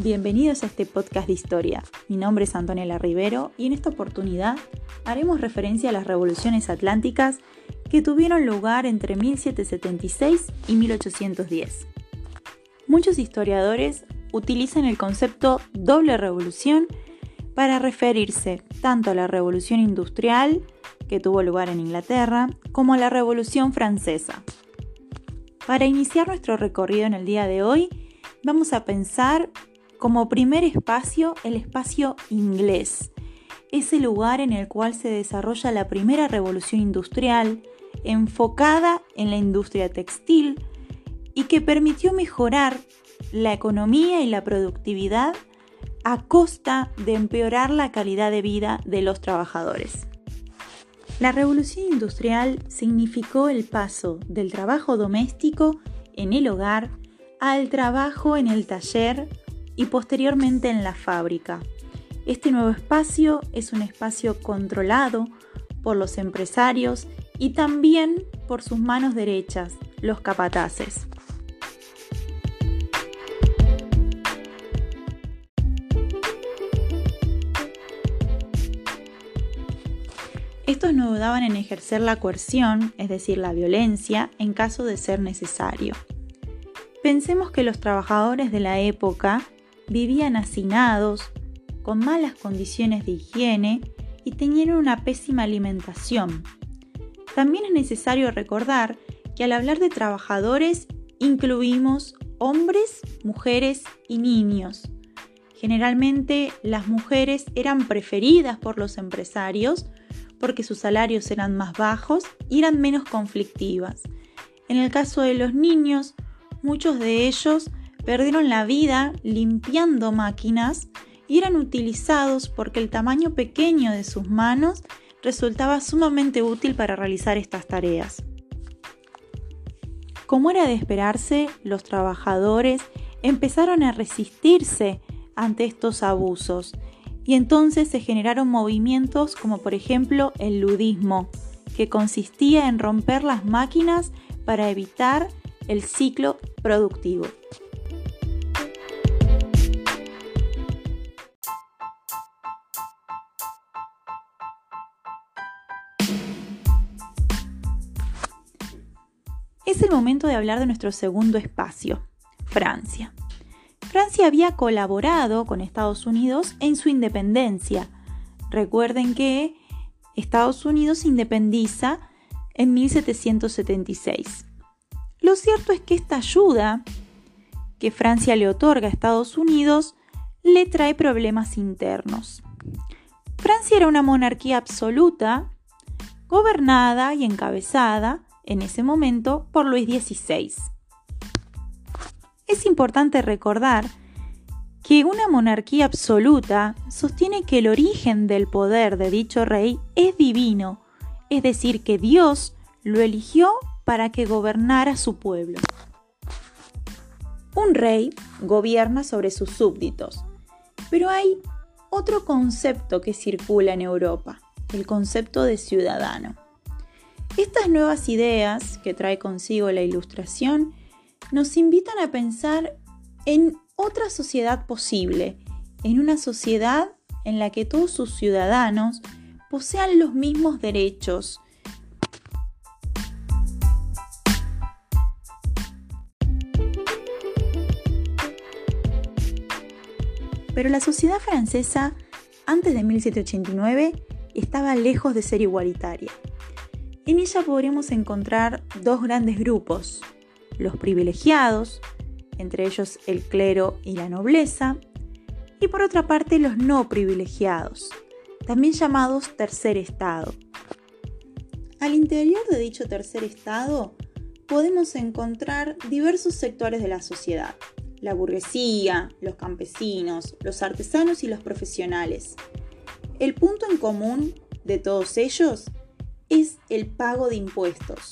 Bienvenidos a este podcast de historia. Mi nombre es Antonella Rivero y en esta oportunidad haremos referencia a las revoluciones atlánticas que tuvieron lugar entre 1776 y 1810. Muchos historiadores utilizan el concepto doble revolución para referirse tanto a la revolución industrial que tuvo lugar en Inglaterra como a la revolución francesa. Para iniciar nuestro recorrido en el día de hoy, vamos a pensar como primer espacio el espacio inglés, ese lugar en el cual se desarrolla la primera revolución industrial enfocada en la industria textil y que permitió mejorar la economía y la productividad a costa de empeorar la calidad de vida de los trabajadores. La revolución industrial significó el paso del trabajo doméstico en el hogar al trabajo en el taller y posteriormente en la fábrica. Este nuevo espacio es un espacio controlado por los empresarios y también por sus manos derechas, los capataces. Estos no dudaban en ejercer la coerción, es decir, la violencia, en caso de ser necesario. Pensemos que los trabajadores de la época vivían hacinados, con malas condiciones de higiene y tenían una pésima alimentación. También es necesario recordar que al hablar de trabajadores incluimos hombres, mujeres y niños. Generalmente las mujeres eran preferidas por los empresarios porque sus salarios eran más bajos y eran menos conflictivas. En el caso de los niños, muchos de ellos perdieron la vida limpiando máquinas y eran utilizados porque el tamaño pequeño de sus manos resultaba sumamente útil para realizar estas tareas. Como era de esperarse, los trabajadores empezaron a resistirse ante estos abusos y entonces se generaron movimientos como por ejemplo el ludismo, que consistía en romper las máquinas para evitar el ciclo productivo. Es el momento de hablar de nuestro segundo espacio, Francia. Francia había colaborado con Estados Unidos en su independencia. Recuerden que Estados Unidos se independiza en 1776. Lo cierto es que esta ayuda que Francia le otorga a Estados Unidos le trae problemas internos. Francia era una monarquía absoluta, gobernada y encabezada en ese momento por Luis XVI. Es importante recordar que una monarquía absoluta sostiene que el origen del poder de dicho rey es divino, es decir, que Dios lo eligió para que gobernara a su pueblo. Un rey gobierna sobre sus súbditos, pero hay otro concepto que circula en Europa, el concepto de ciudadano. Estas nuevas ideas que trae consigo la Ilustración nos invitan a pensar en otra sociedad posible, en una sociedad en la que todos sus ciudadanos posean los mismos derechos. Pero la sociedad francesa, antes de 1789, estaba lejos de ser igualitaria. En ella podremos encontrar dos grandes grupos: los privilegiados, entre ellos el clero y la nobleza, y por otra parte los no privilegiados, también llamados tercer estado. Al interior de dicho tercer estado podemos encontrar diversos sectores de la sociedad: la burguesía, los campesinos, los artesanos y los profesionales. El punto en común de todos ellos es el pago de impuestos.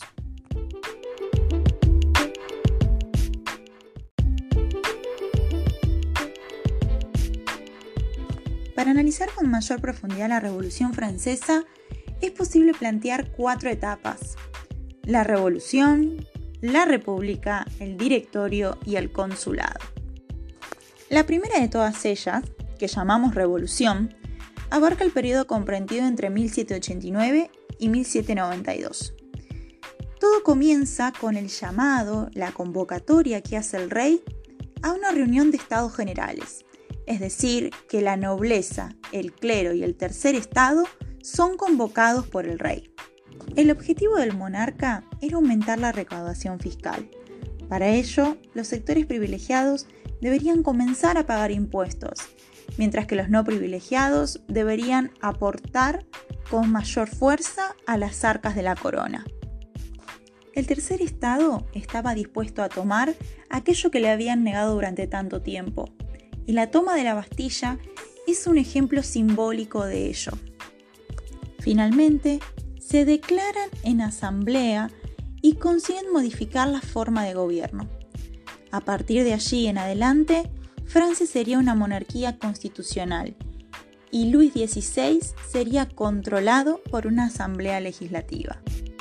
Para analizar con mayor profundidad la Revolución Francesa, es posible plantear 4 etapas: la Revolución, la República, el Directorio y el Consulado. La primera de todas ellas, que llamamos Revolución, abarca el periodo comprendido entre 1789 y 1792. Todo comienza con el llamado, la convocatoria que hace el rey a una reunión de estados generales, es decir, que la nobleza, el clero y el tercer estado son convocados por el rey. El objetivo del monarca era aumentar la recaudación fiscal. Para ello, los sectores privilegiados deberían comenzar a pagar impuestos, mientras que los no privilegiados deberían aportar con mayor fuerza a las arcas de la corona. El tercer estado estaba dispuesto a tomar aquello que le habían negado durante tanto tiempo, y la toma de la Bastilla es un ejemplo simbólico de ello. Finalmente, se declaran en asamblea y consiguen modificar la forma de gobierno. A partir de allí en adelante, Francia sería una monarquía constitucional y Luis XVI sería controlado por una asamblea legislativa.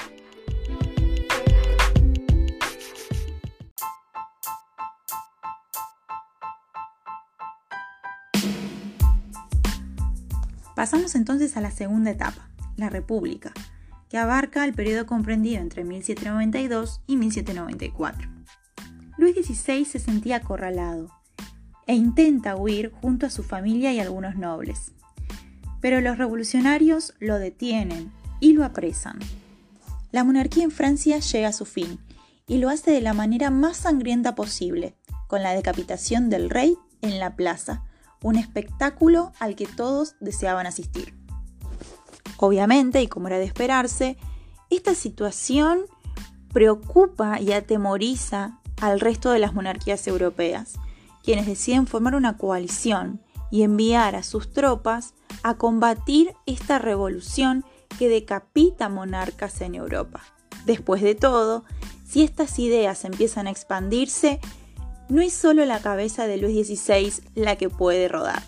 Pasamos entonces a la segunda etapa, la República, que abarca el periodo comprendido entre 1792 y 1794. Luis XVI se sentía acorralado e intenta huir junto a su familia y algunos nobles. Pero los revolucionarios lo detienen y lo apresan. La monarquía en Francia llega a su fin y lo hace de la manera más sangrienta posible, con la decapitación del rey en la plaza, un espectáculo al que todos deseaban asistir. Obviamente, y como era de esperarse, esta situación preocupa y atemoriza al resto de las monarquías europeas, quienes deciden formar una coalición y enviar a sus tropas a combatir esta revolución que decapita monarcas en Europa. Después de todo, si estas ideas empiezan a expandirse, no es solo la cabeza de Luis XVI la que puede rodar.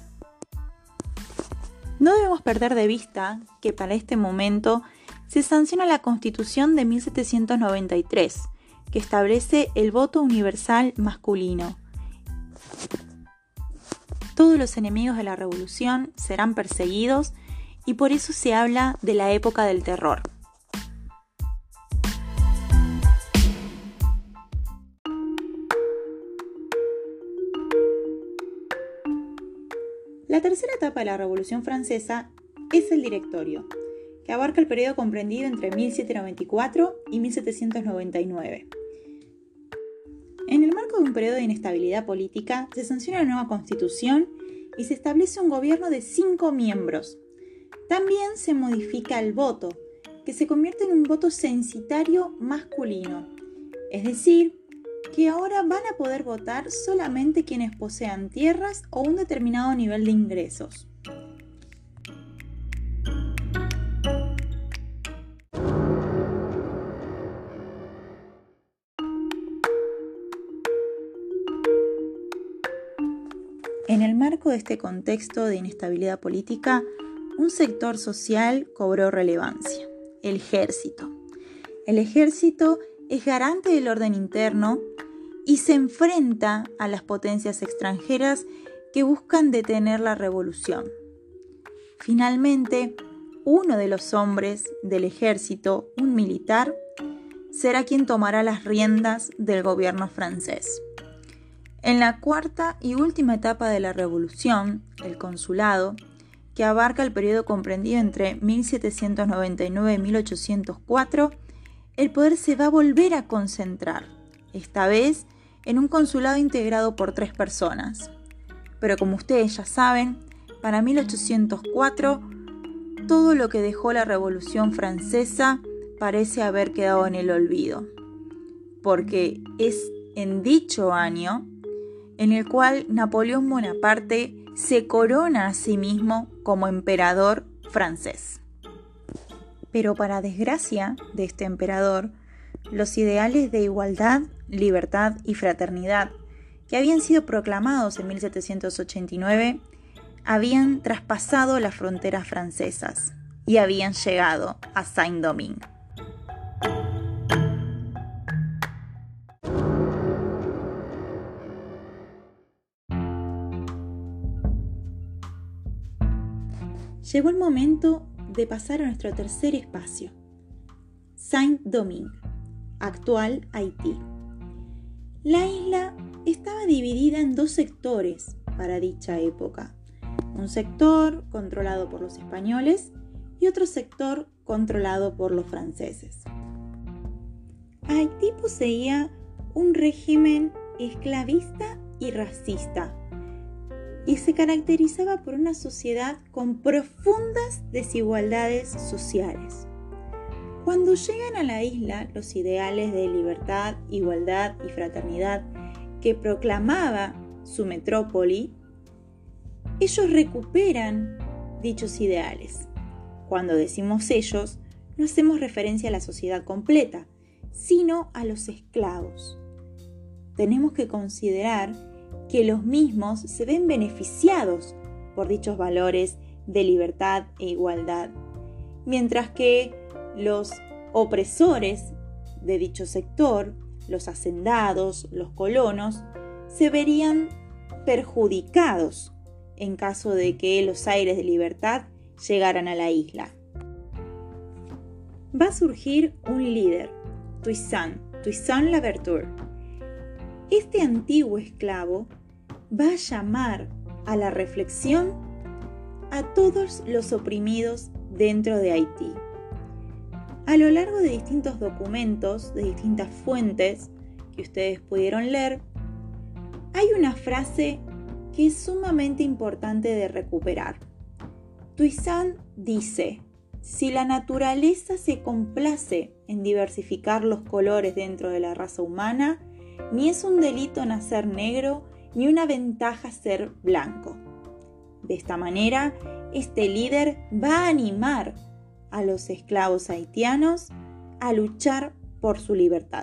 No debemos perder de vista que para este momento se sanciona la Constitución de 1793, que establece el voto universal masculino. Todos los enemigos de la revolución serán perseguidos y por eso se habla de la época del terror. La tercera etapa de la Revolución Francesa es el Directorio, que abarca el periodo comprendido entre 1794 y 1799. En el marco de un periodo de inestabilidad política, se sanciona una nueva constitución y se establece un gobierno de 5 miembros. También se modifica el voto, que se convierte en un voto censitario masculino, es decir, que ahora van a poder votar solamente quienes posean tierras o un determinado nivel de ingresos. En el marco de este contexto de inestabilidad política, un sector social cobró relevancia: el ejército. El ejército es garante del orden interno y se enfrenta a las potencias extranjeras que buscan detener la revolución. Finalmente, uno de los hombres del ejército, un militar, será quien tomará las riendas del gobierno francés. En la cuarta y última etapa de la revolución, el consulado, que abarca el periodo comprendido entre 1799 y 1804, el poder se va a volver a concentrar, esta vez en un consulado integrado por 3 personas. Pero como ustedes ya saben, para 1804, todo lo que dejó la Revolución Francesa parece haber quedado en el olvido, porque es en dicho año en el cual Napoleón Bonaparte se corona a sí mismo como emperador francés. Pero para desgracia de este emperador, los ideales de igualdad, libertad y fraternidad que habían sido proclamados en 1789 habían traspasado las fronteras francesas y habían llegado a Saint-Domingue. llegó el momento de pasar a nuestro tercer espacio, Saint-Domingue, actual Haití. La isla estaba dividida en dos sectores para dicha época. Un sector controlado por los españoles y otro sector controlado por los franceses. Haití poseía un régimen esclavista y racista y se caracterizaba por una sociedad con profundas desigualdades sociales. Cuando llegan a la isla, los ideales de libertad, igualdad y fraternidad que proclamaba su metrópoli, ellos recuperan dichos ideales. Cuando decimos ellos, no hacemos referencia a la sociedad completa, sino a los esclavos. Tenemos que considerar que los mismos se ven beneficiados por dichos valores de libertad e igualdad, mientras que los opresores de dicho sector, los hacendados, los colonos, se verían perjudicados en caso de que los aires de libertad llegaran a la isla. Va a surgir un líder, Toussaint Louverture. Este antiguo esclavo va a llamar a la reflexión a todos los oprimidos dentro de Haití. A lo largo de distintos documentos, de distintas fuentes que ustedes pudieron leer, hay una frase que es sumamente importante de recuperar. Toussaint dice: si la naturaleza se complace en diversificar los colores dentro de la raza humana, ni es un delito nacer negro, ni una ventaja ser blanco. De esta manera, este líder va a animar a los esclavos haitianos a luchar por su libertad.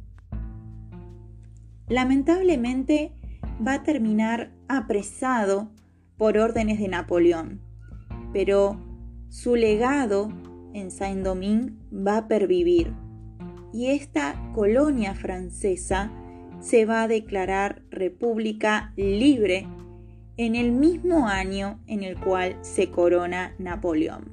Lamentablemente, va a terminar apresado por órdenes de Napoleón, pero su legado en Saint-Domingue va a pervivir y esta colonia francesa se va a declarar república libre en el mismo año en el cual se corona Napoleón.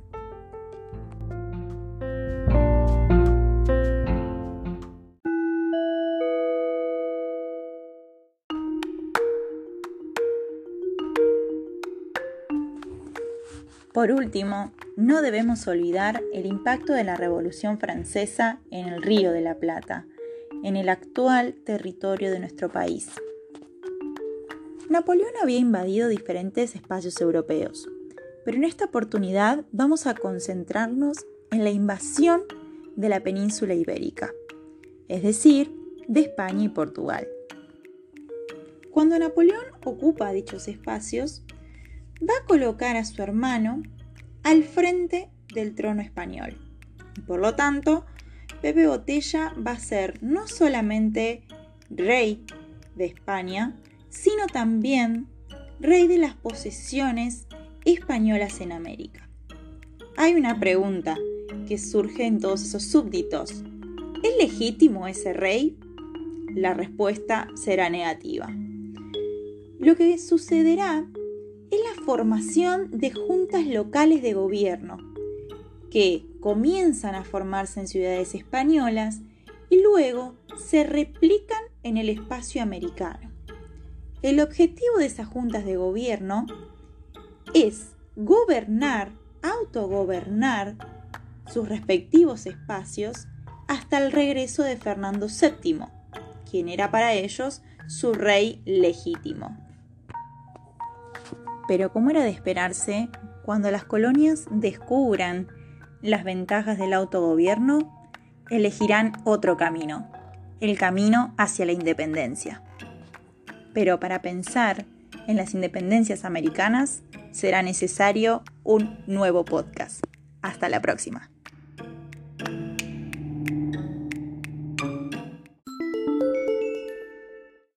Por último, no debemos olvidar el impacto de la Revolución Francesa en el Río de la Plata, en el actual territorio de nuestro país. Napoleón había invadido diferentes espacios europeos, pero en esta oportunidad vamos a concentrarnos en la invasión de la península ibérica, es decir, de España y Portugal. Cuando Napoleón ocupa dichos espacios, va a colocar a su hermano al frente del trono español. Y por lo tanto, Pepe Botella va a ser no solamente rey de España, sino también rey de las posesiones españolas en América. Hay una pregunta que surge en todos esos súbditos. ¿Es legítimo ese rey? La respuesta será negativa. Lo que sucederá es la formación de juntas locales de gobierno que comienzan a formarse en ciudades españolas y luego se replican en el espacio americano. El objetivo de esas juntas de gobierno es gobernar, autogobernar sus respectivos espacios hasta el regreso de Fernando VII, quien era para ellos su rey legítimo. Pero como era de esperarse, cuando las colonias descubran las ventajas del autogobierno, elegirán otro camino, el camino hacia la independencia. Pero para pensar en las independencias americanas será necesario un nuevo podcast. Hasta la próxima.